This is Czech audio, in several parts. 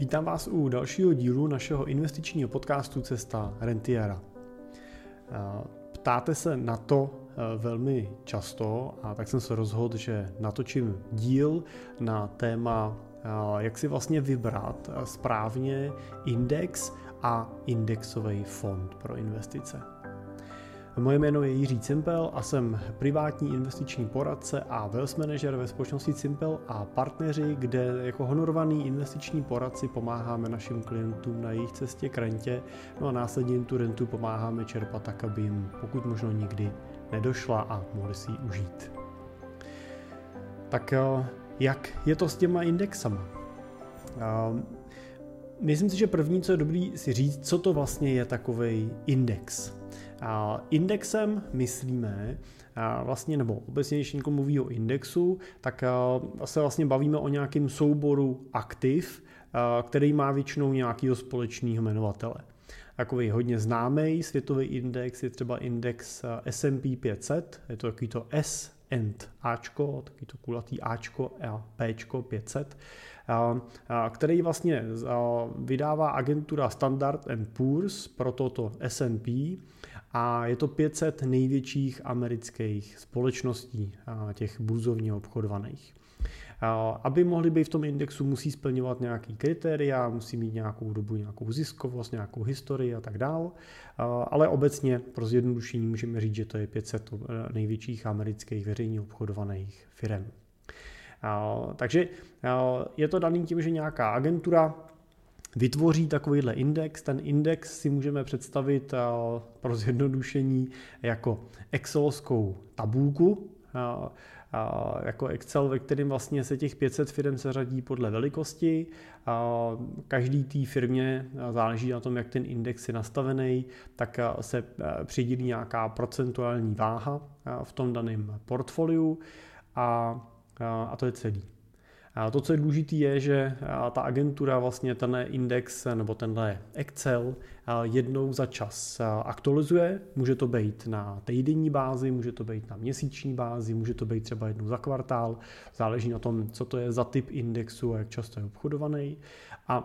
Vítám vás u dalšího dílu našeho investičního podcastu Cesta rentiera. Ptáte se na to velmi často a tak jsem se rozhodl, že natočím díl na téma, jak si vlastně vybrat správně index a indexový fond pro investice. Moje jméno je Jiří Cimpel a jsem privátní investiční poradce a wealth manager ve společnosti Cimpel a partneři, kde jako honorovaný investiční poradci pomáháme našim klientům na jejich cestě k rentě, no a následně jim tu rentu pomáháme čerpat tak, aby jim pokud možno nikdy nedošla a mohli si ji užít. Tak jak je to s těma indexama? Myslím si, že první, co je dobrý si říct, co to vlastně je takovej index. Indexem myslíme vlastně, nebo obecně, když někdo mluví o indexu, tak se vlastně bavíme o nějakém souboru aktiv, který má většinou nějakého společného jmenovatele. Takový hodně známý světový index je třeba index S&P 500, je to takový to S and Ačko, takový to kulatý Ačko a Pčko 500, který vlastně vydává agentura Standard & Poor's pro toto S&P a je to 500 největších amerických společností, těch burzovně obchodovaných. Aby mohli být v tom indexu, musí splňovat nějaký kritéria, musí mít nějakou dobu, nějakou ziskovost, nějakou historii a tak dál, ale obecně pro zjednodušení můžeme říct, že to je 500 největších amerických veřejně obchodovaných firem. Takže je to daný tím, že nějaká agentura vytvoří takovýhle index. Ten index si můžeme představit pro zjednodušení jako excelovskou tabulku, jako Excel, ve kterém vlastně se těch 500 firm seřadí podle velikosti. Každý té firmě, záleží na tom, jak ten index je nastavený, tak se přidělí nějaká procentuální váha v tom daném portfoliu a to je celý. To, co je důležité, je, že ta agentura vlastně tenhle index nebo tenhle Excel jednou za čas aktualizuje. Může to být na týdenní bázi, může to být na měsíční bázi, může to být třeba jednou za kvartál. Záleží na tom, co to je za typ indexu a jak často je obchodovaný. A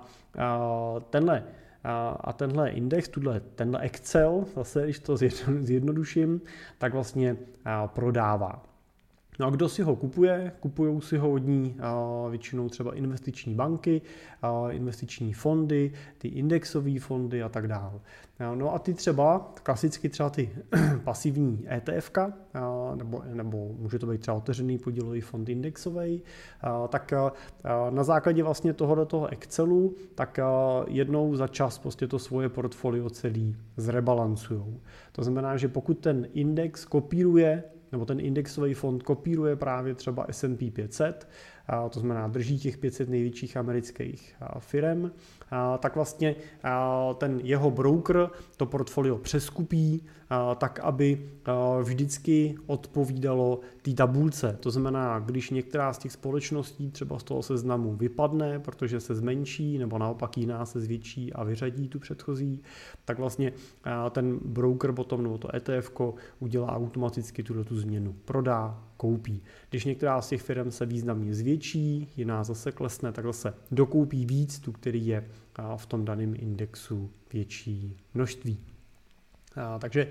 tenhle index, tenhle Excel, zase když to zjednoduším, tak vlastně prodává. No a kdo si ho kupuje? Kupují si ho od ní většinou třeba investiční banky, investiční fondy, ty indexové fondy a tak dále. No a ty třeba, klasicky třeba ty pasivní ETFka, nebo může to být třeba otevřený podílový fond indexový, tak na základě vlastně tohoto Excelu, tak jednou za čas prostě to svoje portfolio celý zrebalancujou. To znamená, že pokud ten index kopíruje, nebo ten indexový fond kopíruje právě třeba S&P 500, to znamená drží těch 500 největších amerických firem, tak vlastně ten jeho broker to portfolio přeskupí tak, aby vždycky odpovídalo té tabulce. To znamená, když některá z těch společností třeba z toho seznamu vypadne, protože se zmenší, nebo naopak jiná se zvětší a vyřadí tu předchozí, tak vlastně ten broker potom, nebo to ETFko udělá automaticky tu změnu. Prodá, koupí. Když některá z těch firm se významně zvětší, jiná zase klesne, tak zase dokoupí víc, tu, který je v tom daném indexu větší množství. Takže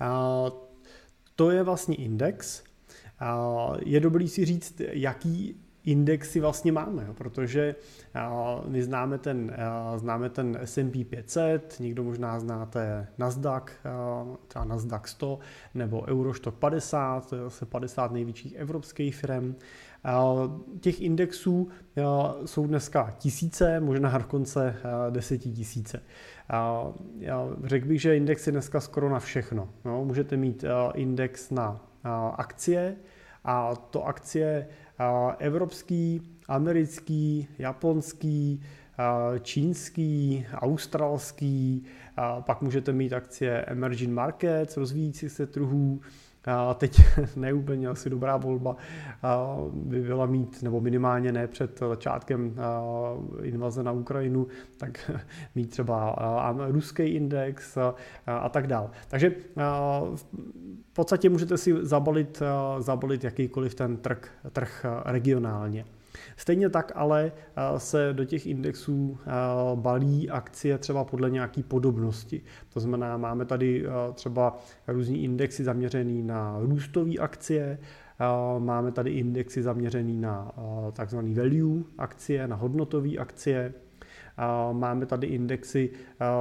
to je vlastně index. Je dobrý si říct, jaký indexy vlastně máme, protože my známe ten S&P 500, někdo možná znáte Nasdaq, třeba Nasdaq 100 nebo Eurostock 50, to je zase 50 největších evropských firm. Těch indexů jsou dneska tisíce, možná dokonce 10 000. Řekl bych, že index je dneska skoro na všechno. No, můžete mít index na akcie, a to akcie evropský, americký, japonský, čínský, australský, pak můžete mít akcie emerging markets, rozvíjících se trhů. Teď neúplně asi dobrá volba by byla mít, nebo minimálně ne před začátkem invaze na Ukrajinu, tak mít třeba ruský index a tak dále. Takže v podstatě můžete si zabalit jakýkoliv ten trh regionálně. Stejně tak ale se do těch indexů balí akcie třeba podle nějaké podobnosti. To znamená, máme tady třeba různý indexy zaměřený na růstové akcie, máme tady indexy zaměřený na takzvaný value akcie, na hodnotové akcie, máme tady indexy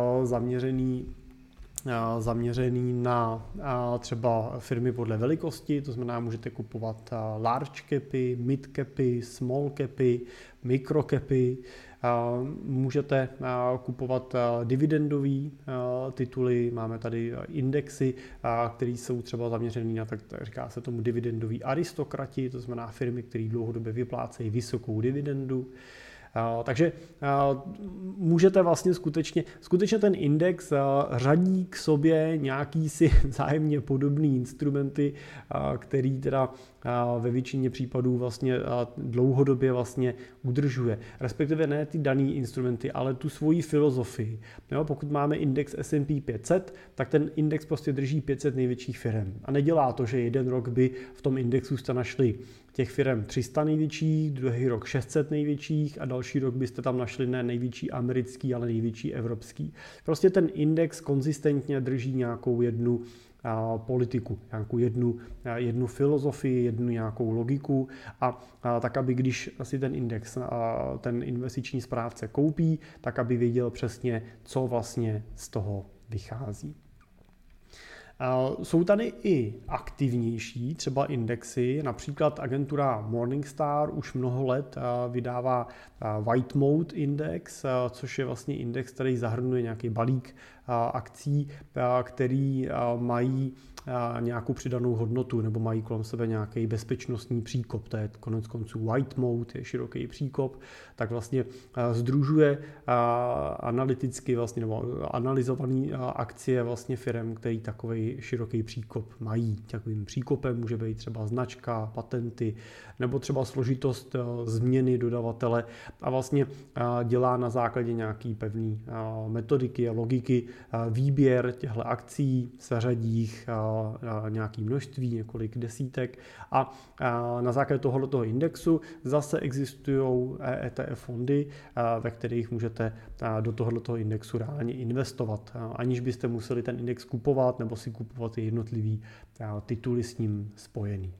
zaměřený na třeba firmy podle velikosti, to znamená, můžete kupovat large capy, mid capy, small capy, micro capy, můžete kupovat dividendové tituly, máme tady indexy, které jsou třeba zaměřený na, tak říká se tomu dividendoví aristokrati, to znamená firmy, které dlouhodobě vyplácejí vysokou dividendu. Takže můžete vlastně skutečně ten index řadí k sobě nějaký si vzájemně podobný instrumenty, který teda ve většině případů vlastně dlouhodobě vlastně udržuje. Respektive ne ty daný instrumenty, ale tu svoji filozofii. Jo, pokud máme index S&P 500, tak ten index prostě drží 500 největších firm. A nedělá to, že jeden rok by v tom indexu jste našli těch firm 300 největších, druhý rok 600 největších a další rok byste tam našli ne největší americký, ale největší evropský. Prostě ten index konzistentně drží nějakou jednu politiku, nějakou jednu filozofii, jednu nějakou logiku a tak, aby když si ten index ten investiční správce koupí, tak aby věděl přesně, co vlastně z toho vychází. Jsou tady i aktivnější třeba indexy, například agentura Morningstar už mnoho let vydává White Mode Index, což je vlastně index, který zahrnuje nějaký balík akcí, který mají nějakou přidanou hodnotu nebo mají kolem sebe nějaký bezpečnostní příkop. To je konec konců white mode, je široký příkop, tak vlastně sdružuje analyticky vlastně nebo analyzované akcie vlastně firem, který takový široký příkop mají. Takovým příkopem může být třeba značka, patenty nebo třeba složitost změny dodavatele a vlastně dělá na základě nějaký pevný metodiky a logiky výběr těchto akcí, seřadí jich nějaké množství, několik desítek a na základě tohoto indexu zase existují ETF fondy, ve kterých můžete do tohoto indexu reálně investovat, aniž byste museli ten index kupovat nebo si kupovat jednotlivý tituly s ním spojený.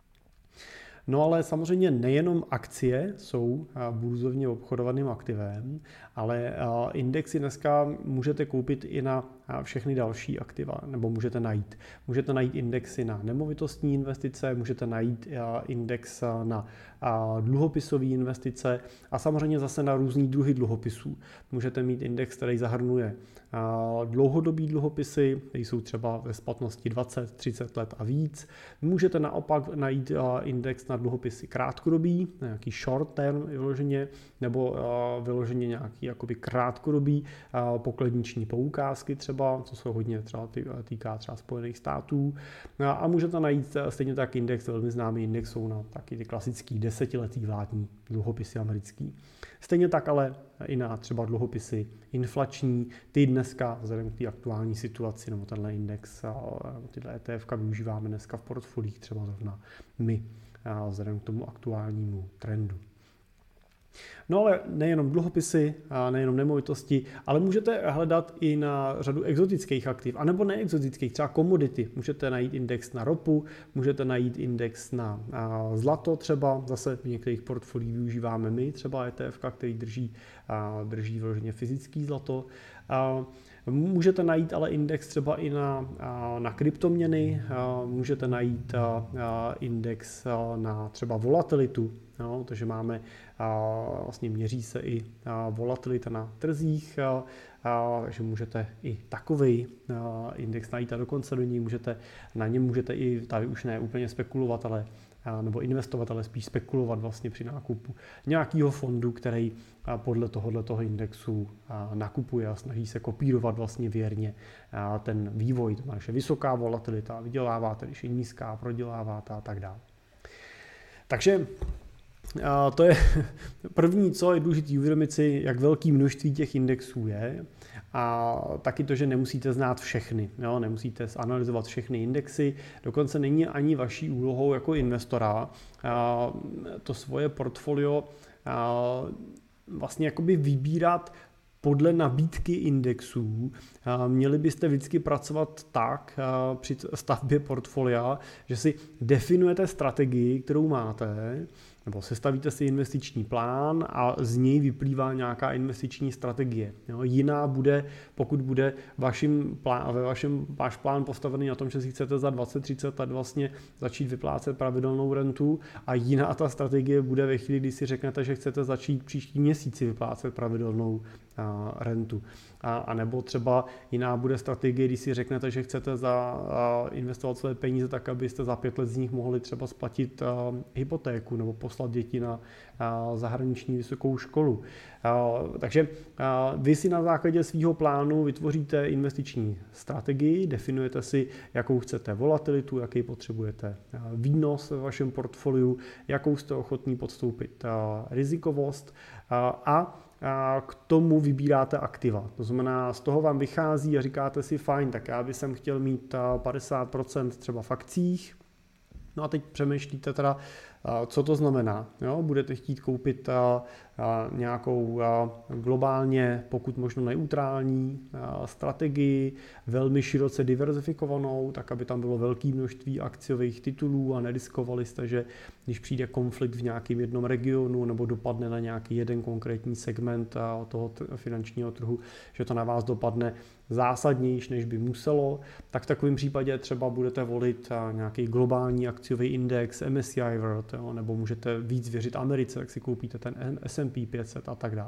No ale samozřejmě nejenom akcie jsou burzovně obchodovaným aktivem, ale indexy dneska můžete koupit i na všechny další aktiva, nebo můžete najít. Můžete najít indexy na nemovitostní investice, můžete najít index na dluhopisové investice a samozřejmě zase na různý druhy dluhopisů. Můžete mít index, který zahrnuje dlouhodobý dluhopisy, které jsou třeba ve splatnosti 20, 30 let a víc. Můžete naopak najít index na dluhopisy krátkodobý, nějaký short term vyloženě, nebo vyloženě nějaký jakoby krátkodobý pokladniční poukázky třeba, co se hodně třeba týká třeba Spojených států. A můžete najít stejně tak index, velmi známý index jsou na taky ty klasický desetiletý vládní dluhopisy americký. Stejně tak ale i na třeba dluhopisy inflační, ty dneska vzhledem k té aktuální situaci, nebo tenhle index, tyhle ETF využíváme dneska v portfoliích třeba zrovna my, vzhledem k tomu aktuálnímu trendu. No ale nejenom dluhopisy, nejenom nemovitosti, ale můžete hledat i na řadu exotických aktiv, anebo neexotických, třeba komodity. Můžete najít index na ropu, můžete najít index na zlato třeba, zase v některých portfoliích využíváme my, třeba ETF, který drží vyloženě fyzický zlato. Můžete najít ale index třeba i na kryptoměny, můžete najít index na třeba volatilitu, no, takže máme, vlastně měří se i volatilita na trzích, takže můžete i takový index najít a dokonce na něm můžete i tady už ne úplně spekulovat, nebo investovat, ale spíš spekulovat vlastně při nákupu nějakého fondu, který podle tohoto indexu nakupuje a snaží se kopírovat vlastně věrně ten vývoj. To znamená, že vysoká volatilita vyděláváte, když je nízká, proděláváte a tak dále. Takže to je první, co je důležité uvědomit si, jak velké množství těch indexů je a taky to, že nemusíte znát všechny, jo? Nemusíte analyzovat všechny indexy, dokonce není ani vaší úlohou jako investora to svoje portfolio vlastně jakoby vybírat podle nabídky indexů. Měli byste vždycky pracovat tak při stavbě portfolia, že si definujete strategii, kterou máte, nebo sestavíte si investiční plán a z něj vyplývá nějaká investiční strategie. Jiná bude, pokud bude váš plán postavený na tom, že si chcete za 20-30 let vlastně začít vyplácet pravidelnou rentu, a jiná ta strategie bude ve chvíli, kdy si řeknete, že chcete začít příští měsíci vyplácet pravidelnou rentu. A nebo třeba jiná bude strategie, když si řeknete, že chcete investovat své peníze tak, abyste za 5 let z nich mohli třeba splatit hypotéku nebo poslat děti na zahraniční vysokou školu. Takže vy si na základě svého plánu vytvoříte investiční strategii, definujete si, jakou chcete volatilitu, jaký potřebujete výnos ve vašem portfoliu, jakou jste ochotní podstoupit rizikovost a k tomu vybíráte aktiva. To znamená, z toho vám vychází a říkáte si, fajn, tak já bych chtěl mít 50% třeba v akcích. No a teď přemýšlíte teda, co to znamená. Jo? Budete chtít koupit nějakou globálně, pokud možno neutrální strategii, velmi široce diverzifikovanou, tak aby tam bylo velké množství akciových titulů a neriskovali jste, že když přijde konflikt v nějakém jednom regionu nebo dopadne na nějaký jeden konkrétní segment toho finančního trhu, že to na vás dopadne zásadnější, než by muselo, tak v takovém případě třeba budete volit nějaký globální akciový index MSCI World, jo, nebo můžete víc věřit Americe, tak si koupíte ten S&P 500 a tak dále.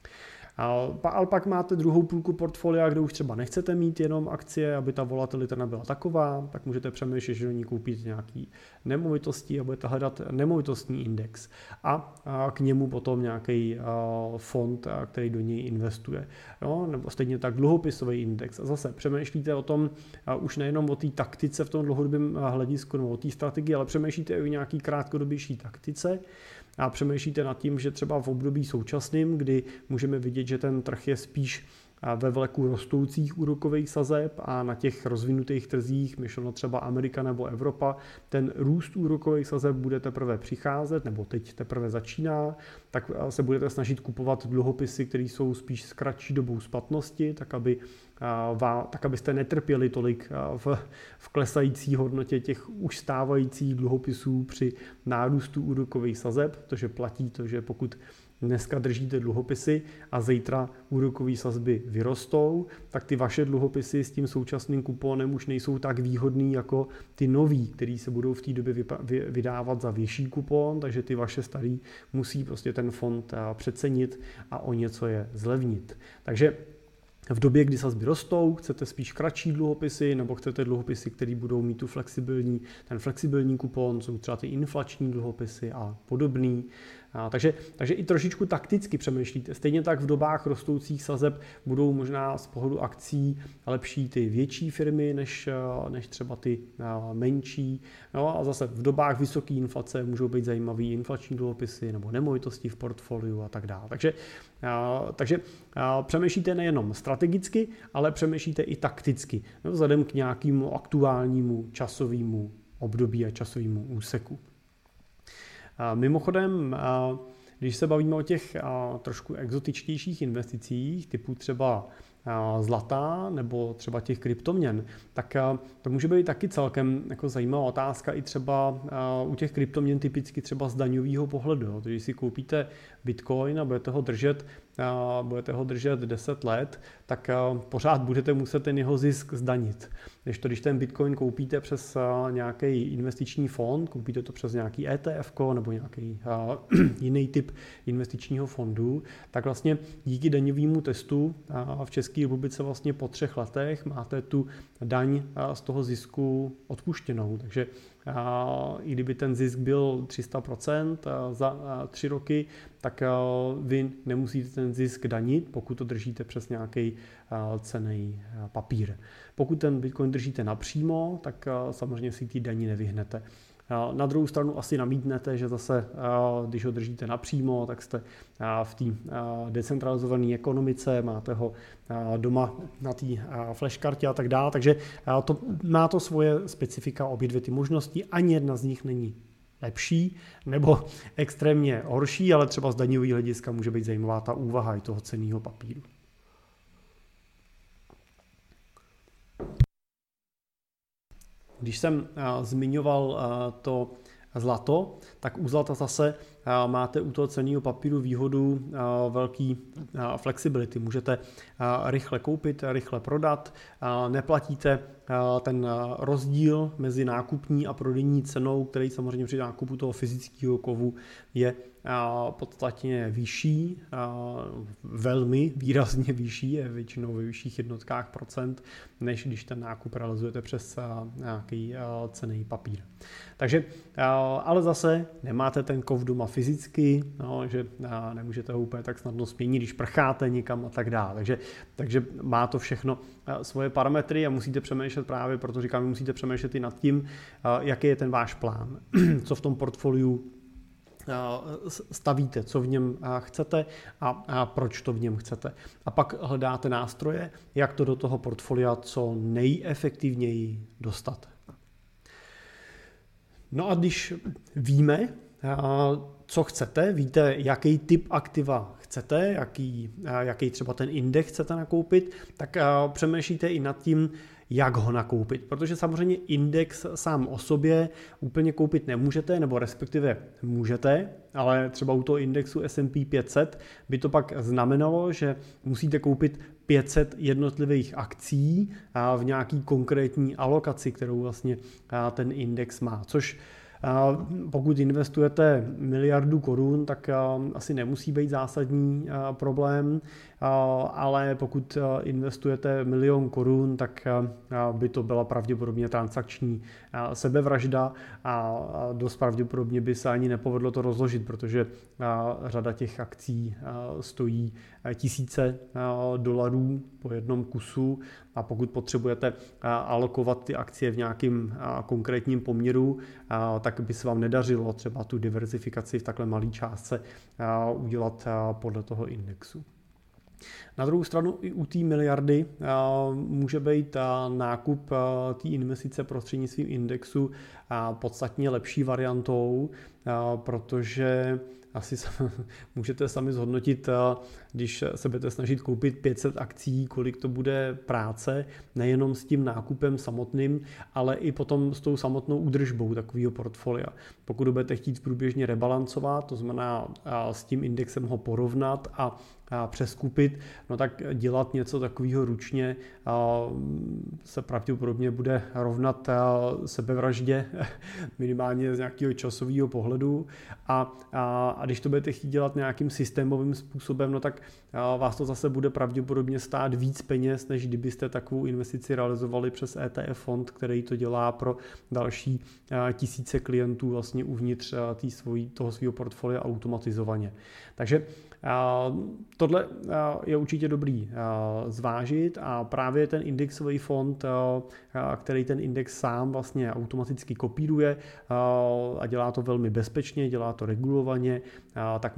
Ale pak máte druhou půlku portfolia, kde už třeba nechcete mít jenom akcie, aby ta volatilita nebyla taková, tak můžete přemýšlet, že do ní koupíte nějaký nemovitosti a budete hledat nemovitostní index a k němu potom nějaký fond, který do něj investuje. Jo? Nebo stejně tak dluhopisový index. A zase přemýšlíte o tom už nejenom o té taktice v tom dlouhodobém hledisku nebo o té strategii, ale přemýšlíte i o nějaký krátkodobější taktice, a přemýšlíte nad tím, že třeba v období současném, kdy můžeme vidět, že ten trh je spíš ve vleku rostoucích úrokových sazeb a na těch rozvinutých trzích, myšleno třeba Amerika nebo Evropa, ten růst úrokových sazeb bude teprve přicházet, nebo teď teprve začíná, tak se budete snažit kupovat dluhopisy, které jsou spíš s kratší dobou splatnosti, tak abyste netrpěli tolik v klesající hodnotě těch už stávajících dluhopisů při nárůstu úrokových sazeb, protože platí to, že pokud dneska držíte dluhopisy a zítra úrokové sazby vyrostou, tak ty vaše dluhopisy s tím současným kuponem už nejsou tak výhodný jako ty nový, který se budou v té době vydávat za vyšší kupon, takže ty vaše starý musí prostě ten fond přecenit a o něco je zlevnit. Takže v době, kdy sazby rostou, chcete spíš kratší dluhopisy nebo chcete dluhopisy, které budou mít ten flexibilní kupon, jsou třeba ty inflační dluhopisy a podobný. Takže i trošičku takticky přemýšlíte. Stejně tak v dobách rostoucích sazeb budou možná z pohledu akcí lepší ty větší firmy než třeba ty menší. No a zase v dobách vysoké inflace můžou být zajímavé inflační dluhopisy nebo nemovitosti v portfoliu a tak dále. Takže přemýšlíte nejenom strategicky, ale přemýšlíte i takticky, vzhledem k nějakému aktuálnímu časovému období a časovému úseku. Mimochodem, když se bavíme o těch trošku exotičtějších investicích, typu třeba zlata nebo třeba těch kryptoměn, tak to může být taky celkem jako zajímavá otázka i třeba u těch kryptoměn typicky třeba z daňového pohledu. Když si koupíte Bitcoin a budete ho držet 10 let, tak pořád budete muset ten jeho zisk zdanit. Když ten Bitcoin koupíte přes nějaký investiční fond, koupíte to přes nějaký ETF nebo nějaký jiný typ investičního fondu, tak vlastně díky daňovému testu v České republice vlastně po 3 letech máte tu daň z toho zisku odpuštěnou. Takže i kdyby ten zisk byl 300% za 3 roky, tak vy nemusíte ten zisk danit, pokud to držíte přes nějaký cenný papír. Pokud ten Bitcoin držíte napřímo, tak samozřejmě si ty daní nevyhnete. Na druhou stranu asi namítnete, že zase, když ho držíte napřímo, tak jste v té decentralizované ekonomice, máte ho doma na té flashkartě a tak dále, takže má to svoje specifika, obě dvě ty možnosti, ani jedna z nich není lepší nebo extrémně horší, ale třeba z daňového hlediska může být zajímavá ta úvaha i toho cenného papíru. Když jsem zmiňoval to zlato, tak u zlata zase máte u toho cenného papíru výhodu velký flexibility. Můžete rychle koupit, rychle prodat, neplatíte ten rozdíl mezi nákupní a prodejní cenou, který samozřejmě při nákupu toho fyzického kovu je podstatně vyšší, velmi výrazně vyšší, je většinou ve vyšších jednotkách procent, než když ten nákup realizujete přes nějaký cenný papír. Takže, ale zase nemáte ten kov doma fyzicky, no, že nemůžete ho úplně tak snadno změnit, když prcháte někam a tak dále. Takže má to všechno svoje parametry a musíte přemýšlet právě, proto říkám, musíte přemýšlet i nad tím, jaký je ten váš plán, co v tom portfoliu stavíte, co v něm chcete a proč to v něm chcete. A pak hledáte nástroje, jak to do toho portfolia co nejefektivněji dostat. No a když víme, co chcete, víte, jaký typ aktiva chcete, jaký třeba ten index chcete nakoupit, tak přemýšlíte i nad tím, jak ho nakoupit. Protože samozřejmě index sám o sobě úplně koupit nemůžete, nebo respektive můžete, ale třeba u toho indexu S&P 500 by to pak znamenalo, že musíte koupit 500 jednotlivých akcí v nějaký konkrétní alokaci, kterou vlastně ten index má, což pokud investujete miliardu korun, tak asi nemusí být zásadní problém, ale pokud investujete 1 000 000 korun, tak by to byla pravděpodobně transakční sebevražda a dost pravděpodobně by se ani nepovedlo to rozložit, protože řada těch akcí stojí tisíce dolarů po jednom kusu a pokud potřebujete alokovat ty akcie v nějakém konkrétním poměru, tak by se vám nedařilo třeba tu diverzifikaci v takhle malé částce udělat podle toho indexu. Na druhou stranu i u té miliardy může být nákup té investice prostřednictvím indexu podstatně lepší variantou, protože asi můžete sami zhodnotit, když se budete snažit koupit 500 akcí, kolik to bude práce, nejenom s tím nákupem samotným, ale i potom s tou samotnou údržbou takového portfolia. Pokud budete chtít průběžně rebalancovat, to znamená s tím indexem ho porovnat a přeskupit, no tak dělat něco takového ručně se pravděpodobně bude rovnat sebevraždě, minimálně z nějakého časového pohledu a když to budete chtít dělat nějakým systémovým způsobem, no tak vás to zase bude pravděpodobně stát víc peněz, než kdybyste takovou investici realizovali přes ETF fond, který to dělá pro další tisíce klientů vlastně uvnitř toho svého portfolia automatizovaně. Takže tohle je určitě dobrý zvážit a právě ten indexový fond, který ten index sám vlastně automaticky kopíruje a dělá to velmi bezpečně, dělá to regulovaně, tak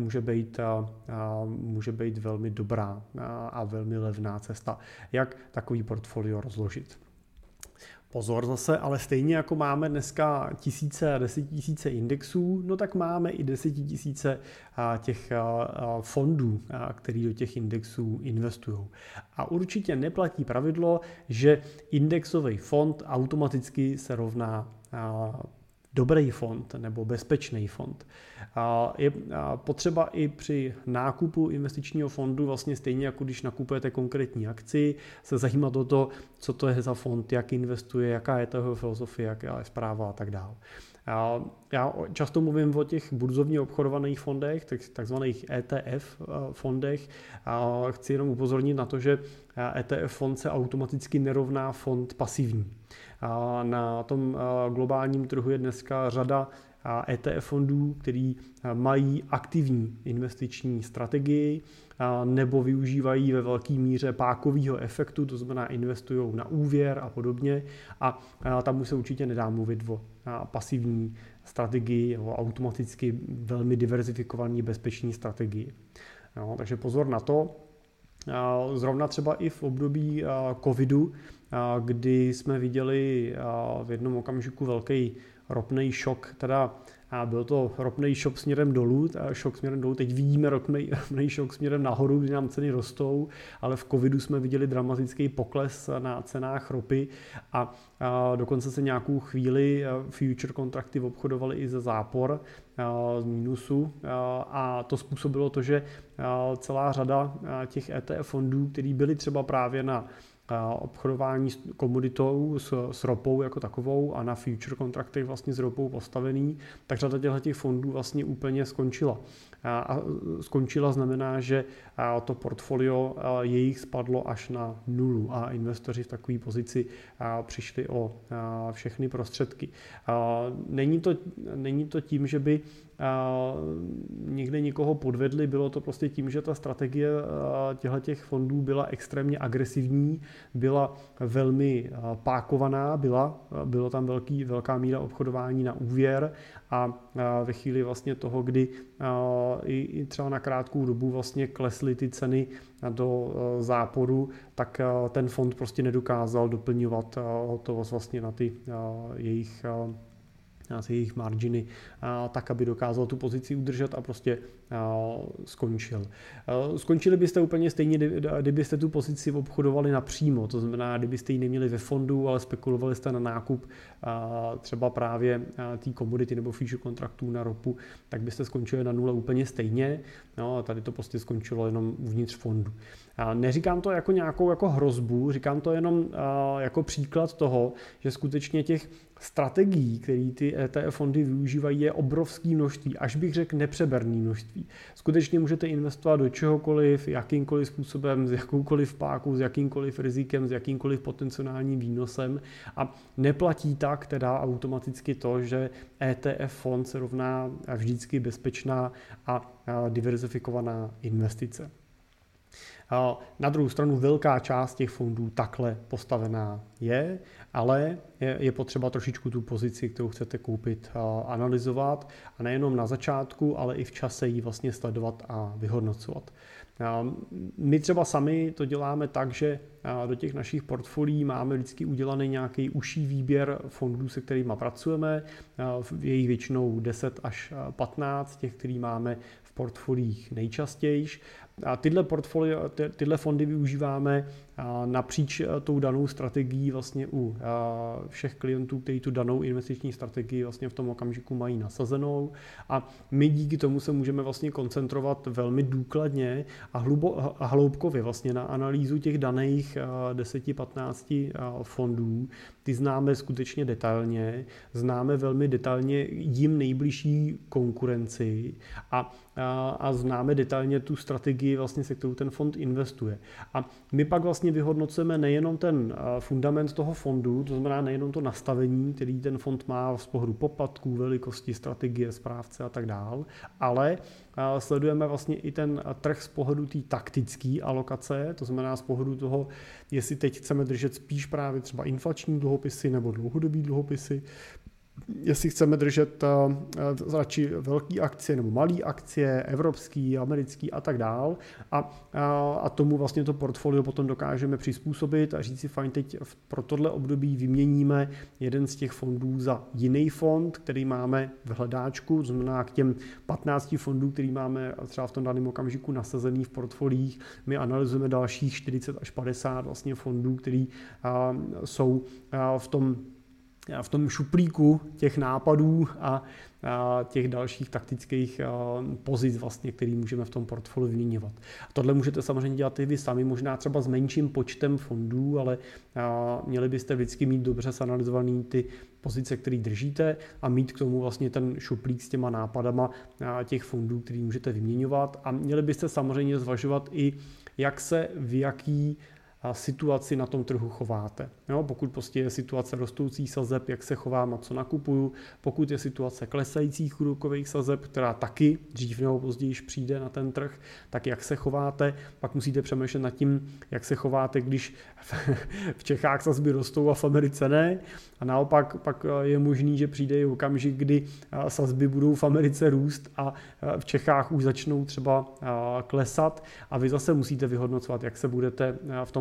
může být velmi dobrá a velmi levná cesta, jak takový portfolio rozložit. Pozor zase, ale stejně jako máme dneska tisíce a desetitisíce indexů, no tak máme i desetitisíce těch fondů, který do těch indexů investují. A určitě neplatí pravidlo, že indexový fond automaticky se rovná dobrý fond nebo bezpečný fond. Je potřeba i při nákupu investičního fondu, vlastně stejně jako když nakupujete konkrétní akci, se zajímat o to, co to je za fond, jak investuje, jaká je toho filozofie, jaká je správa a tak dále. Já často mluvím o těch burzovně obchodovaných fondech, takzvaných ETF fondech. Chci jenom upozornit na to, že ETF fond se automaticky nerovná fond pasivní. Na tom globálním trhu je dneska řada ETF fondů, který mají aktivní investiční strategii nebo využívají ve velké míře pákového efektu, to znamená investují na úvěr a podobně a tam už se určitě nedá mluvit o pasivní strategii, o automaticky velmi diverzifikovaný bezpečný strategii. No, takže pozor na to. Zrovna třeba i v období covidu, kdy jsme viděli v jednom okamžiku velký ropný šok teda a byl to ropný šok směrem dolů, teď vidíme ropný šok směrem nahoru, kdy nám ceny rostou, ale v covidu jsme viděli dramatický pokles na cenách ropy a dokonce se nějakou chvíli future kontrakty obchodovaly i ze zápor z mínusu a to způsobilo to, že celá řada těch ETF fondů, které byly třeba právě na obchodování s komoditou, s ropou jako takovou a na future kontraktech vlastně s ropou postavený, tak řada těch fondů vlastně úplně skončila. A skončila znamená, že to portfolio jejich spadlo až na nulu a investoři v takové pozici přišli o všechny prostředky. Není to tím, že by někde někoho podvedli, bylo to prostě tím, že ta strategie těch fondů byla extrémně agresivní, byla velmi pákovaná, bylo tam velká míra obchodování na úvěr a ve chvíli vlastně toho, kdy i třeba na krátkou dobu vlastně klesly ty ceny do záporu, tak ten fond prostě nedokázal doplňovat hotovost vlastně na ty jejich marginy, tak, aby dokázal tu pozici udržet a prostě skončil. Skončili byste úplně stejně, kdybyste tu pozici obchodovali napřímo, to znamená, kdybyste ji neměli ve fondu, ale spekulovali jste na nákup třeba právě té komodity nebo future kontraktů na ropu, tak byste skončili na nule úplně stejně. No, a tady to prostě skončilo jenom uvnitř fondu. Neříkám to jako nějakou jako hrozbu, říkám to jenom jako příklad toho, že skutečně těch strategií, které ty ETF fondy využívají, je obrovské množství, až bych řekl nepřeberné množství. Skutečně můžete investovat do čehokoliv, jakýmkoliv způsobem, s jakoukoliv pákou, s jakýmkoliv rizikem, s jakýmkoliv potenciálním výnosem a neplatí tak teda automaticky to, že ETF fond se rovná vždycky bezpečná a diverzifikovaná investice. Na druhou stranu velká část těch fondů takhle postavená je, ale je potřeba trošičku tu pozici, kterou chcete koupit, analyzovat a nejenom na začátku, ale i v čase ji vlastně sledovat a vyhodnocovat. My třeba sami to děláme tak, že do těch našich portfolií máme vždycky udělaný nějaký užší výběr fondů, se kterými pracujeme. Je jich většinou 10 až 15, těch, který máme v portfoliích nejčastěji. A tyhle fondy využíváme napříč tou danou strategií vlastně u všech klientů, kteří tu danou investiční strategii vlastně v tom okamžiku mají nasazenou a my díky tomu se můžeme vlastně koncentrovat velmi důkladně a hloubkově vlastně na analýzu těch daných 10-15 fondů. Ty známe skutečně detailně, známe velmi detailně jim nejbližší konkurenci a známe detailně tu strategii, vlastně, se kterou ten fond investuje. A my pak vlastně vyhodnocujeme nejenom ten fundament toho fondu, to znamená nejenom to nastavení, který ten fond má z pohledu poplatků, velikosti, strategie, správce a tak dál, ale sledujeme vlastně i ten trh z pohledu té taktické alokace, to znamená z pohledu toho, jestli teď chceme držet spíš právě třeba inflační dluhopisy nebo dlouhodobý dluhopisy, jestli chceme držet radši velké akcie nebo malé akcie, evropský, americký a tak dál. A tomu vlastně to portfolio potom dokážeme přizpůsobit a říct si fajn, teď pro tohle období vyměníme jeden z těch fondů za jiný fond, který máme v hledáčku, to znamená k těm 15 fondů, který máme třeba v tom daném okamžiku nasazený v portfoliích, my analyzujeme dalších 40 až 50 vlastně fondů, který jsou v tom šuplíku těch nápadů a těch dalších taktických pozic, vlastně, který můžeme v tom portfoliu vyměňovat. Tohle můžete samozřejmě dělat i vy sami, možná třeba s menším počtem fondů, ale měli byste vždycky mít dobře zanalyzovaný ty pozice, které držíte a mít k tomu vlastně ten šuplík s těma nápadama těch fondů, který můžete vyměňovat a měli byste samozřejmě zvažovat i, jak se v jaký situaci na tom trhu chováte. Jo, pokud prostě je situace rostoucí sazeb, jak se chovám a co nakupuju, pokud je situace klesajících úrokových sazeb, která taky dřív nebo později přijde na ten trh, tak jak se chováte, pak musíte přemýšlet nad tím, jak se chováte, když v Čechách sazby rostou a v Americe ne. A naopak pak je možný, že přijde i okamžik, kdy sazby budou v Americe růst a v Čechách už začnou třeba klesat a vy zase musíte vyhodnocovat, jak se budete v tom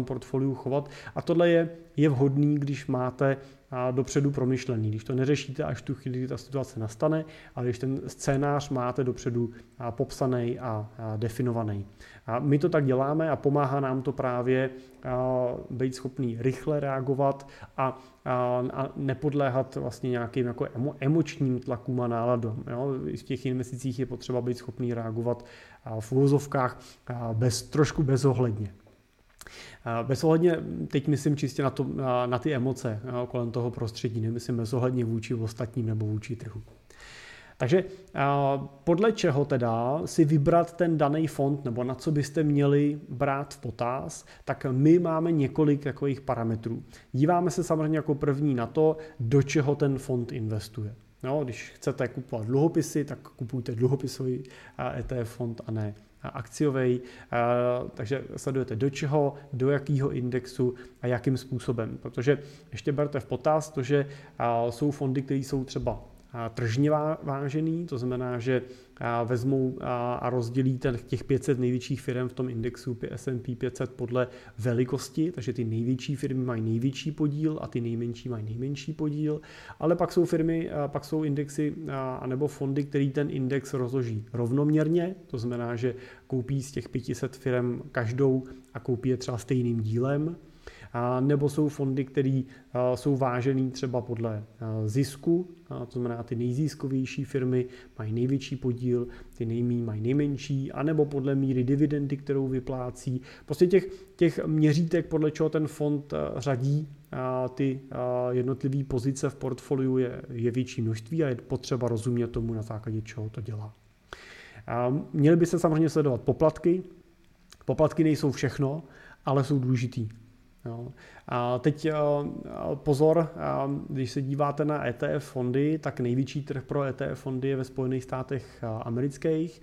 portfoliu chovat. A tohle je vhodný, když máte dopředu promyšlený, když to neřešíte až tu chvíli, kdy ta situace nastane, ale když ten scénář máte dopředu popsaný a definovaný. A my to tak děláme a pomáhá nám to právě být schopný rychle reagovat a nepodléhat vlastně nějakým jako emočním tlakům a náladům. Jo? V těch investicích je potřeba být schopný reagovat v uvozovkách trošku bezohledně. Bezohledně, teď myslím čistě na ty emoce kolem toho prostředí, nemyslím bezohledně vůči ostatním nebo vůči trhu. Takže podle čeho teda si vybrat ten daný fond, nebo na co byste měli brát v potaz, tak my máme několik takových parametrů. Díváme se samozřejmě jako první na to, do čeho ten fond investuje. No, když chcete kupovat dluhopisy, tak kupujte dluhopisový ETF fond a ne akciový, takže sledujete do čeho, do jakého indexu a jakým způsobem. Protože ještě berte v potaz to, že jsou fondy, které jsou třeba tržně vážený, to znamená, že vezmou a rozdělí těch 500 největších firm v tom indexu S&P 500 podle velikosti, takže ty největší firmy mají největší podíl a ty nejmenší mají nejmenší podíl, ale pak jsou indexy anebo fondy, který ten index rozloží rovnoměrně, to znamená, že koupí z těch 500 firm každou a koupí je třeba stejným dílem, nebo jsou fondy, které jsou vážené třeba podle zisku, to znamená ty nejziskovější firmy mají největší podíl, ty nejmí mají nejmenší, anebo podle míry dividendy, kterou vyplácí. Prostě těch měřítek, podle čeho ten fond řadí ty jednotlivé pozice v portfoliu je větší množství a je potřeba rozumět tomu, na základě čeho to dělá. Měly by se samozřejmě sledovat poplatky. Poplatky nejsou všechno, ale jsou důležitý. Jo. A teď pozor, když se díváte na ETF fondy, tak největší trh pro ETF fondy je ve Spojených státech amerických,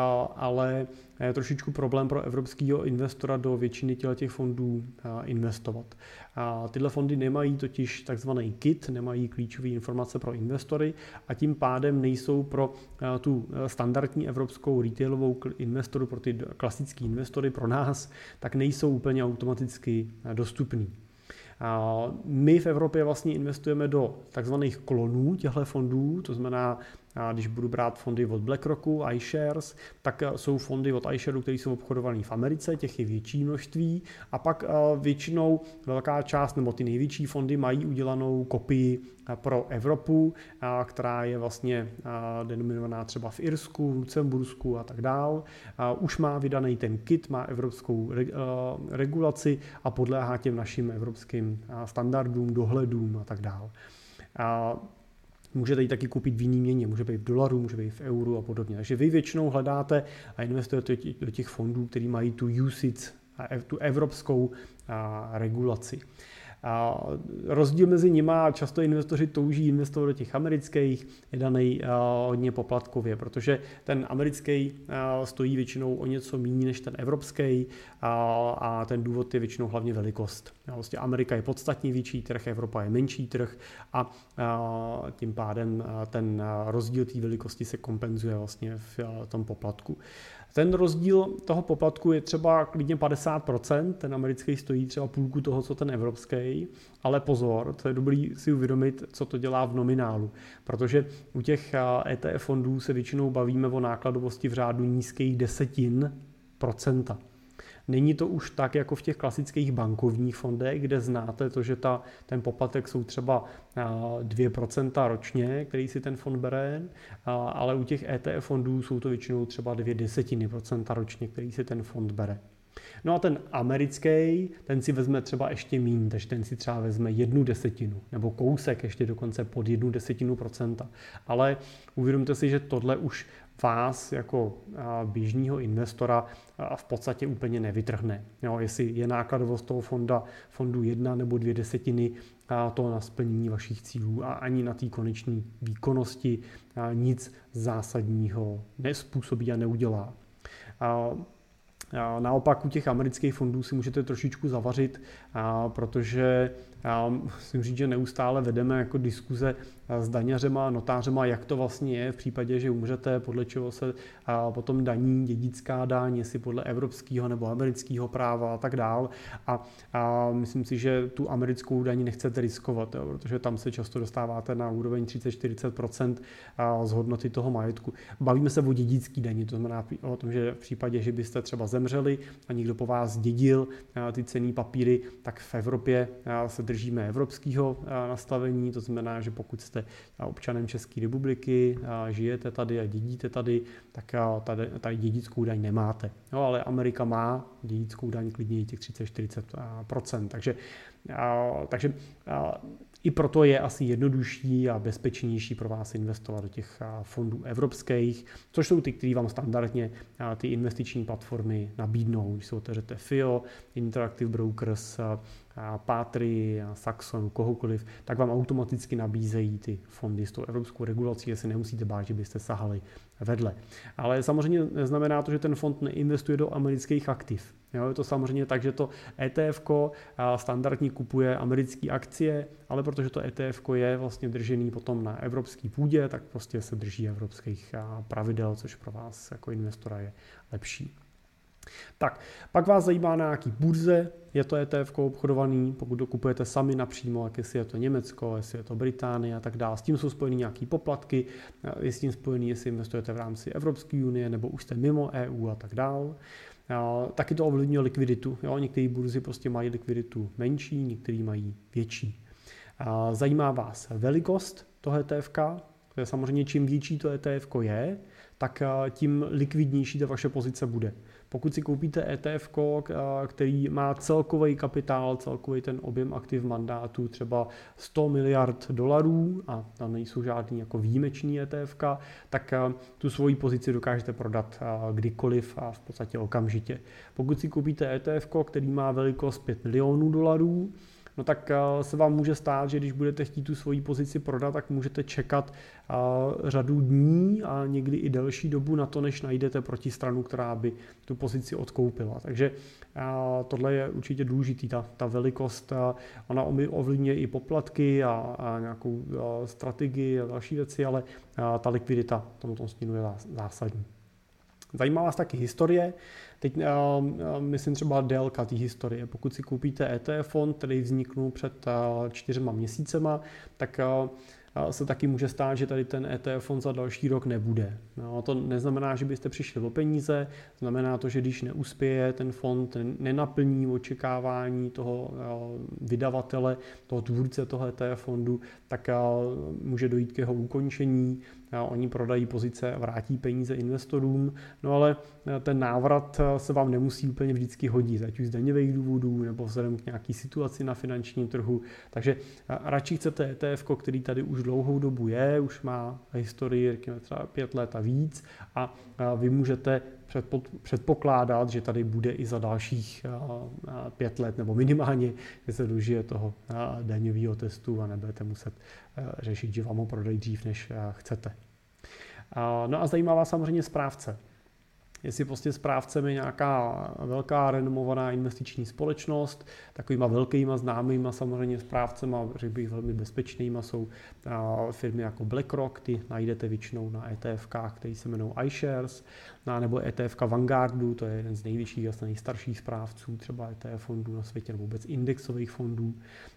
ale je trošičku problém pro evropského investora do většiny těch fondů investovat. Tyhle fondy nemají totiž takzvaný KIT, nemají klíčové informace pro investory a tím pádem nejsou pro tu standardní evropskou retailovou investoru, pro ty klasické investory, pro nás, tak nejsou úplně automaticky dostupný. My v Evropě vlastně investujeme do takzvaných klonů těchto fondů, to znamená, když budu brát fondy od BlackRocku, iShares, tak jsou fondy od iShares, které jsou obchodované v Americe, těch je větší množství a pak většinou velká část nebo ty největší fondy mají udělanou kopii pro Evropu, která je vlastně denominovaná třeba v Irsku, v Lucembursku a tak dál. Už má vydaný ten KIT, má evropskou regulaci a podléhá těm našim evropským standardům, dohledům a tak dál. Můžete ji taky koupit v jiný měně, může být v dolaru, může být v euru a podobně. Takže vy většinou hledáte a investujete do těch fondů, které mají tu UCITS, tu evropskou regulaci. Rozdíl mezi nimi, často investoři touží investovat do těch amerických, je daný hodně poplatkově, protože ten americký stojí většinou o něco méně než ten evropský a ten důvod je většinou hlavně velikost. Vlastně Amerika je podstatně větší trh, Evropa je menší trh a tím pádem ten rozdíl té velikosti se kompenzuje vlastně v tom poplatku. Ten rozdíl toho poplatku je třeba klidně 50%, ten americký stojí třeba půlku toho, co ten evropský, ale pozor, to je dobrý si uvědomit, co to dělá v nominálu, protože u těch ETF fondů se většinou bavíme o nákladovosti v řádu nízkých 10%. Není to už tak, jako v těch klasických bankovních fondech, kde znáte to, že ten poplatek jsou třeba 2% ročně, který si ten fond bere, ale u těch ETF fondů jsou to většinou třeba 0,2% ročně, který si ten fond bere. No a ten americký, ten si vezme třeba ještě míň, takže ten si třeba vezme 1/10, nebo kousek ještě dokonce pod 1/10%. Ale uvědomte si, že tohle už vás jako běžného investora v podstatě úplně nevytrhne. Jo, jestli je nákladovost toho fondu 1 nebo 0,2 to na splnění vašich cílů a ani na té konečné výkonnosti nic zásadního nespůsobí a neudělá. Naopak u těch amerických fondů si můžete trošičku zavařit, protože musím říct, že neustále vedeme jako diskuze s daňařema, notářema, jak to vlastně je v případě, že umřete, podle čeho se potom daní dědická daň, jestli podle evropského nebo amerického práva a tak dál. A myslím si, že tu americkou daň nechcete riskovat, jo, protože tam se často dostáváte na úroveň 30-40% z hodnoty toho majetku. Bavíme se o dědické dani, to znamená o tom, že v případě, že byste třeba zemřeli a někdo po vás dědil ty cenné papíry, tak v Evropě se držíme evropského nastavení, to znamená, že pokud jste občanem České republiky, žijete tady a dědíte tady, tak tady dědickou daň nemáte. No, ale Amerika má dědickou daň klidně i těch 30-40%. Takže i proto je asi jednodušší a bezpečnější pro vás investovat do těch fondů evropských, což jsou ty, které vám standardně ty investiční platformy nabídnou. Když se otevřete FIO, Interactive Brokers, Patry, Saxon, kohokoliv, tak vám automaticky nabízejí ty fondy s tou evropskou regulací, že si nemusíte bát, že byste sahali vedle. Ale samozřejmě neznamená to, že ten fond neinvestuje do amerických aktiv. Jo, je to samozřejmě tak, že to ETF-ko standardně kupuje americké akcie, ale protože to ETF-ko je vlastně držený potom na evropský půdě, tak prostě se drží evropských pravidel, což pro vás jako investora je lepší. Tak, pak vás zajímá, na jaký burze je to ETF obchodovaný, pokud to kupujete sami napřímo, jak jestli je to Německo, jestli je to Británie a tak dále. S tím jsou spojeny nějaké poplatky, je s tím spojený, jestli investujete v rámci Evropské unie nebo už jste mimo EU a tak dále. Taky to ovlivňuje likviditu. Jo? Některé burzy prostě mají likviditu menší, některé mají větší. Zajímá vás velikost toho ETF-ka, to je samozřejmě čím větší to ETF-ko je, tak tím likvidnější ta vaše pozice bude. Pokud si koupíte ETF, který má celkový kapitál, celkový ten objem aktiv mandátu třeba 100 miliard dolarů a tam nejsou žádný jako výjimečný ETF, tak tu svoji pozici dokážete prodat kdykoliv a v podstatě okamžitě. Pokud si koupíte ETF, který má velikost 5 milionů dolarů, no tak se vám může stát, že když budete chtít tu svoji pozici prodat, tak můžete čekat řadu dní a někdy i delší dobu na to, než najdete protistranu, která by tu pozici odkoupila. Takže tohle je určitě důležitý, ta velikost, ona ovlivňuje i poplatky a nějakou strategii a další věci, ale ta likvidita tomuto směru je zásadní. Zajímá vás taky historie. Teď myslím třeba délka té historie. Pokud si koupíte ETF fond, který vzniknul před 4 měsícema, tak se taky může stát, že tady ten ETF fond za další rok nebude. No, to neznamená, že byste přišli o peníze, znamená to, že když neuspěje ten fond, nenaplní očekávání toho vydavatele, toho tvůrce toho ETF fondu, tak může dojít k jeho ukončení, oni prodají pozice a vrátí peníze investorům, no ale ten návrat se vám nemusí úplně vždycky hodit, ať už z daňových důvodů nebo vzhledem k nějaký situaci na finančním trhu, takže radši chcete ETF, který tady už dlouhou dobu je, už má historii, řekněme třeba 5 let a víc a vy můžete předpokládat, že tady bude i za dalších 5 let nebo minimálně, že se dožije toho daňového testu a nebudete muset řešit, že vám ho prodají dřív, než chcete. No a zajímá vás samozřejmě správce. Jestli prostě správcem je nějaká velká renomovaná investiční společnost, takovýma velkýma známýma samozřejmě správcema, řekl bych velmi bezpečnýma, jsou firmy jako BlackRock, ty najdete většinou na ETF-kách, které se jmenují iShares, nebo ETF Vanguardu, to je jeden z nejvyšších a nejstarších správců třeba ETF fondů na světě, nebo vůbec indexových fondů.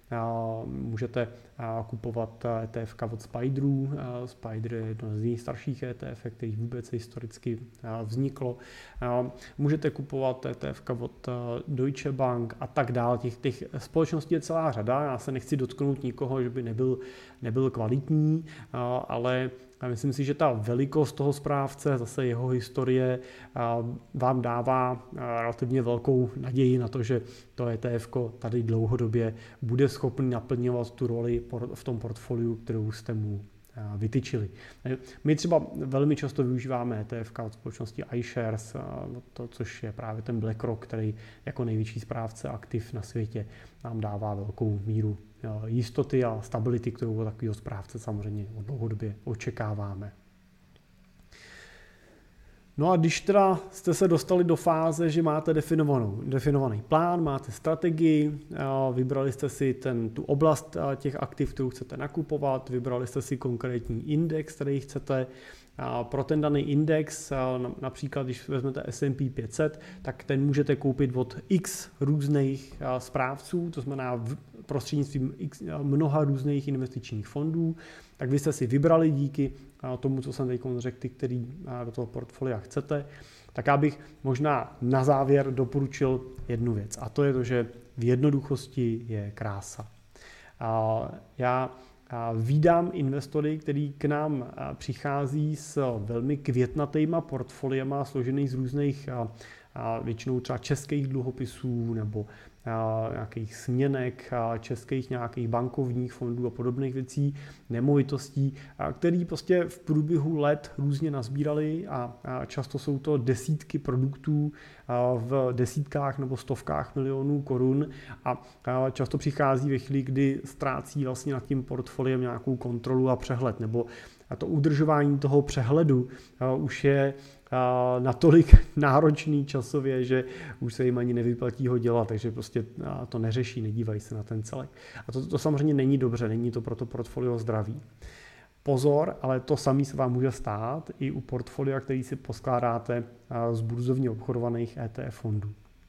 Můžete kupovat ETF od Spiderů. Spider je jedno z nejstarších ETF, který vůbec historicky vzniklo. Můžete kupovat ETF od Deutsche Bank a tak dále. Těch společností je celá řada. Já se nechci dotknout nikoho, že by nebyl kvalitní, ale myslím si, že ta velikost toho správce, zase jeho historie, vám dává relativně velkou naději na to, že to ETF tady dlouhodobě bude schopný naplňovat tu roli v tom portfoliu, kterou jste mu vytyčili. My třeba velmi často využíváme ETF od společnosti iShares, což je právě ten BlackRock, který jako největší správce aktiv na světě nám dává velkou míru jistoty a stability, kterou od takového správce samozřejmě dlouhodobě očekáváme. No a když teda jste se dostali do fáze, že máte definovaný plán, máte strategii, vybrali jste si tu oblast těch aktiv, kterou chcete nakupovat, vybrali jste si konkrétní index, který chcete. Pro ten daný index, například když vezmete S&P 500, tak ten můžete koupit od x různých správců, to znamená prostřednictvím mnoha různých investičních fondů, tak vy jste si vybrali díky tomu, co jsem teď řekl, ty, který do toho portfolia chcete, tak já bych možná na závěr doporučil jednu věc, a to je to, že v jednoduchosti je krása. Já vídám investory, který k nám přichází s velmi květnatýma portfoliema složených z různých většinou třeba českých dluhopisů nebo nějakých směnek, českých nějakých bankovních fondů a podobných věcí, nemovitostí, který prostě v průběhu let různě nazbírali a často jsou to desítky produktů v desítkách nebo stovkách milionů korun a často přichází ve chvíli, kdy ztrácí vlastně nad tím portfoliem nějakou kontrolu a přehled, nebo to udržování toho přehledu už je natolik náročný časově, že už se jim ani nevyplatí ho dělat, takže prostě to neřeší, nedívají se na ten celek. A to samozřejmě není dobře, není to pro to portfolio zdravý. Pozor, ale to samé se vám může stát i u portfolia, který si poskládáte z burzovně obchodovaných ETF fondů.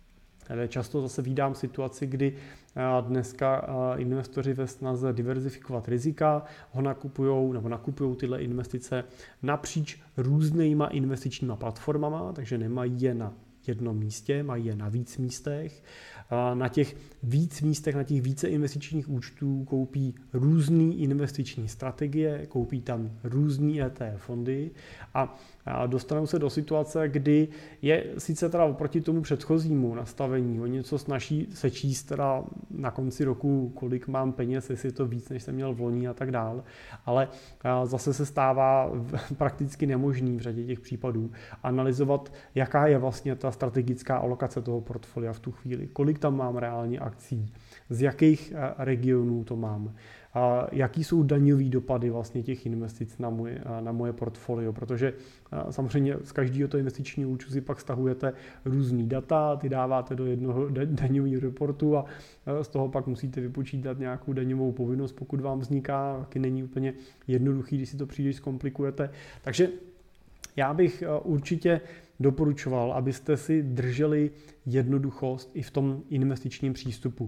Často zase vídám situaci, kdy dneska investoři ve snaze diverzifikovat rizika ho nakupují tyhle investice napříč různýma investičníma platformama, takže nemají je na jednom místě, mají je na víc místech. Na těch víc místech, na těch více investičních účtů koupí různé investiční strategie, koupí tam různé ETF fondy a dostanou se do situace, kdy je sice teda oproti tomu předchozímu nastavení o něco snaží se číst teda na konci roku, kolik mám peněz, jestli je to víc, než jsem měl v loni a tak dál, ale zase se stává prakticky nemožný v řadě těch případů analyzovat, jaká je vlastně ta strategická alokace toho portfolia v tu chvíli, kolik tam mám reálně akcí, z jakých regionů to mám, jaký jsou daňový dopady vlastně těch investic na moje portfolio, protože samozřejmě z každého toho investičního účtu si pak stahujete různý data, ty dáváte do jednoho daňového reportu a z toho pak musíte vypočítat nějakou daňovou povinnost, pokud vám vzniká, taky není úplně jednoduchý, když si to příliš zkomplikujete. Takže já bych určitě doporučoval, abyste si drželi jednoduchost i v tom investičním přístupu.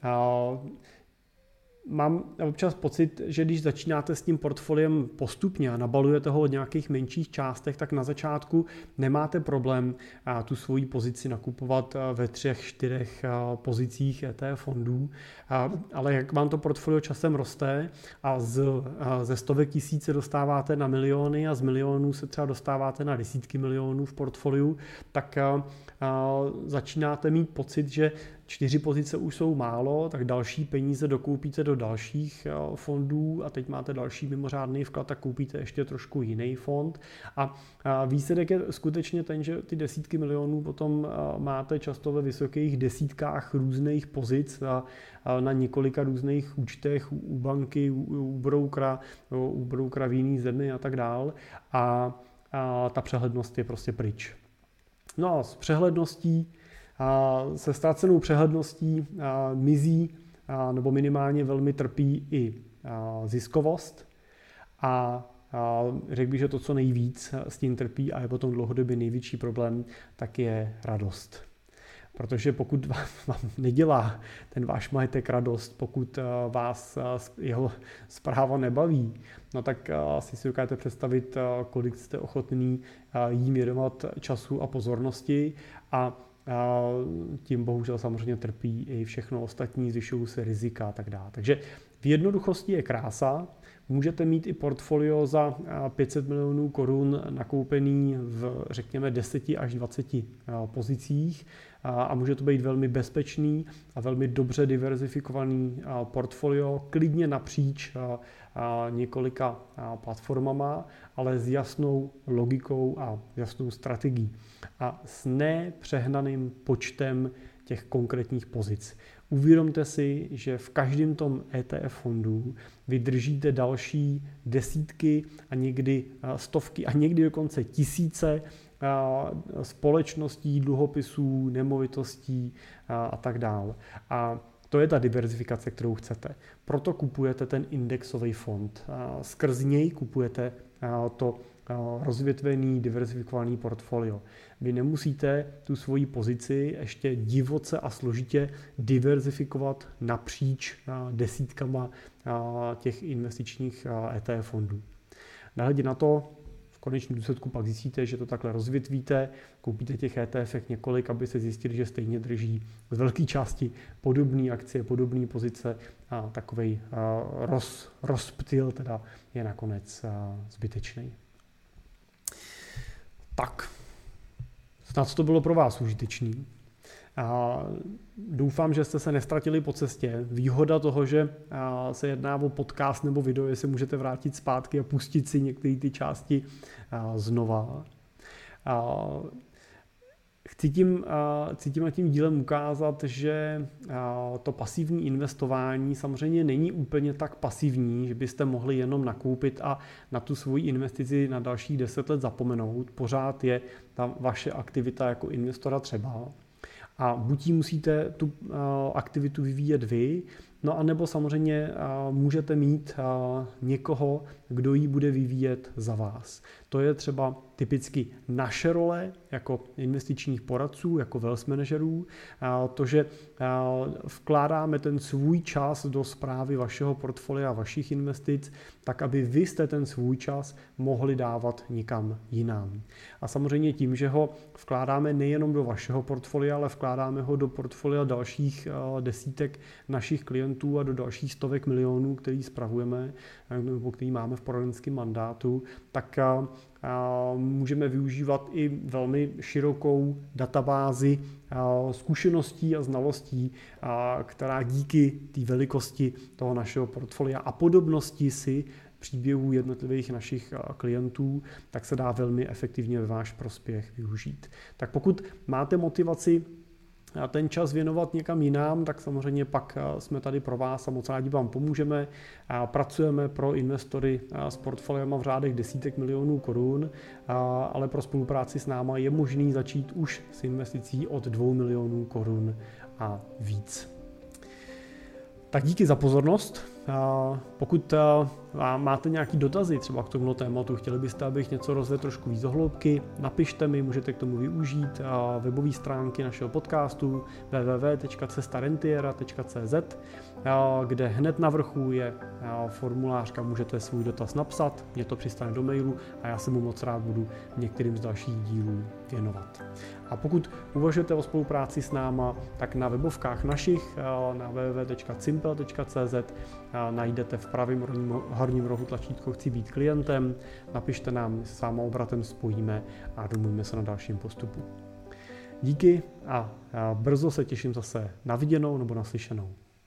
Mám občas pocit, že když začínáte s tím portfoliem postupně a nabalujete ho od nějakých menších částech, tak na začátku nemáte problém tu svoji pozici nakupovat ve 3-4 pozicích ETF fondů, ale jak vám to portfolio časem roste a ze stovek tisíc se dostáváte na miliony a z milionů se třeba dostáváte na desítky milionů v portfoliu, tak začínáte mít pocit, že 4 pozice už jsou málo, tak další peníze dokoupíte do dalších fondů a teď máte další mimořádný vklad, tak koupíte ještě trošku jiný fond a výsledek je skutečně ten, že ty desítky milionů potom máte často ve vysokých desítkách různých pozic na několika různých účtech u banky, u broukera v jiný zemi a tak dál a ta přehlednost je prostě pryč. No a s přehledností se ztracenou přehledností mizí nebo minimálně velmi trpí i ziskovost a řekl bych, že to, co nejvíc s tím trpí a je potom dlouhodobě největší problém, tak je radost. Protože pokud vám nedělá ten váš majetek radost, pokud vás jeho správa nebaví, no tak si dokážete představit, kolik jste ochotný jím věnovat času a pozornosti a tím bohužel samozřejmě trpí i všechno ostatní, zvyšují se rizika a tak dále. Takže v jednoduchosti je krása. Můžete mít i portfolio za 500 milionů korun nakoupený v, řekněme, 10 až 20 pozicích a může to být velmi bezpečný a velmi dobře diverzifikovaný portfolio, klidně napříč několika platformama, ale s jasnou logikou a jasnou strategií a s nepřehnaným počtem těch konkrétních pozic. Uvědomte si, že v každém tom ETF fondu vy držíte další desítky a někdy stovky a někdy dokonce tisíce společností, dluhopisů, nemovitostí a tak dále. A to je ta diverzifikace, kterou chcete. Proto kupujete ten indexový fond. Skrz něj kupujete to rozvětvený, diverzifikovaný portfolio. Vy nemusíte tu svoji pozici ještě divoce a složitě diverzifikovat napříč desítkama těch investičních ETF fondů. Nehledě na to, v konečném důsledku pak zjistíte, že to takhle rozvětvíte, koupíte těch ETF několik, aby se zjistili, že stejně drží z velké části podobné akcie, podobné pozice a takovej rozptyl teda je nakonec zbytečný. Tak, snad to bylo pro vás užitečný. Doufám, že jste se nestratili po cestě. Výhoda toho, že se jedná o podcast nebo video, je, se můžete vrátit zpátky a pustit si některé ty části znova. Chci tím dílem ukázat, že to pasivní investování samozřejmě není úplně tak pasivní, že byste mohli jenom nakoupit a na tu svoji investici na dalších 10 let zapomenout. Pořád je ta vaše aktivita jako investora třeba. A buď musíte tu aktivitu vyvíjet vy, no a nebo samozřejmě můžete mít někoho, kdo ji bude vyvíjet za vás. To je třeba typicky naše role jako investičních poradců, jako wealth managerů, to, že vkládáme ten svůj čas do správy vašeho portfolia, vašich investic, tak aby vy jste ten svůj čas mohli dávat nikam jinam. A samozřejmě tím, že ho vkládáme nejenom do vašeho portfolia, ale vkládáme ho do portfolia dalších desítek našich klientů a do dalších stovek milionů, který spravujeme, nebo který máme v poradenském mandátu, tak můžeme využívat i velmi širokou databázi zkušeností a znalostí, která díky té velikosti toho našeho portfolia a podobnosti si příběhů jednotlivých našich klientů, tak se dá velmi efektivně ve váš prospěch využít. Tak pokud máte motivaci ten čas věnovat někam jinam, tak samozřejmě pak jsme tady pro vás a moc rádi vám pomůžeme. Pracujeme pro investory s portfoliama v řádech desítek milionů korun, ale pro spolupráci s náma je možný začít už s investicí od 2 milionů korun a víc. Tak díky za pozornost. Pokud máte nějaké dotazy třeba k tomuto tématu, chtěli byste, abych něco rozvedl trošku víc do hloubky, napište mi, můžete k tomu využít webové stránky našeho podcastu www.cestarentiera.cz, kde hned na vrchu je formulář, kam můžete svůj dotaz napsat, mě to přistane do mailu a já se mu moc rád budu některým z dalších dílů věnovat. A pokud uvažujete o spolupráci s náma, tak na webovkách našich na www.cimpel.cz najdete v pravém horním rohu tlačítko Chci být klientem, napište nám, s váma obratem spojíme a domluvíme se na dalším postupu. Díky a brzo se těším zase na viděnou nebo naslyšenou.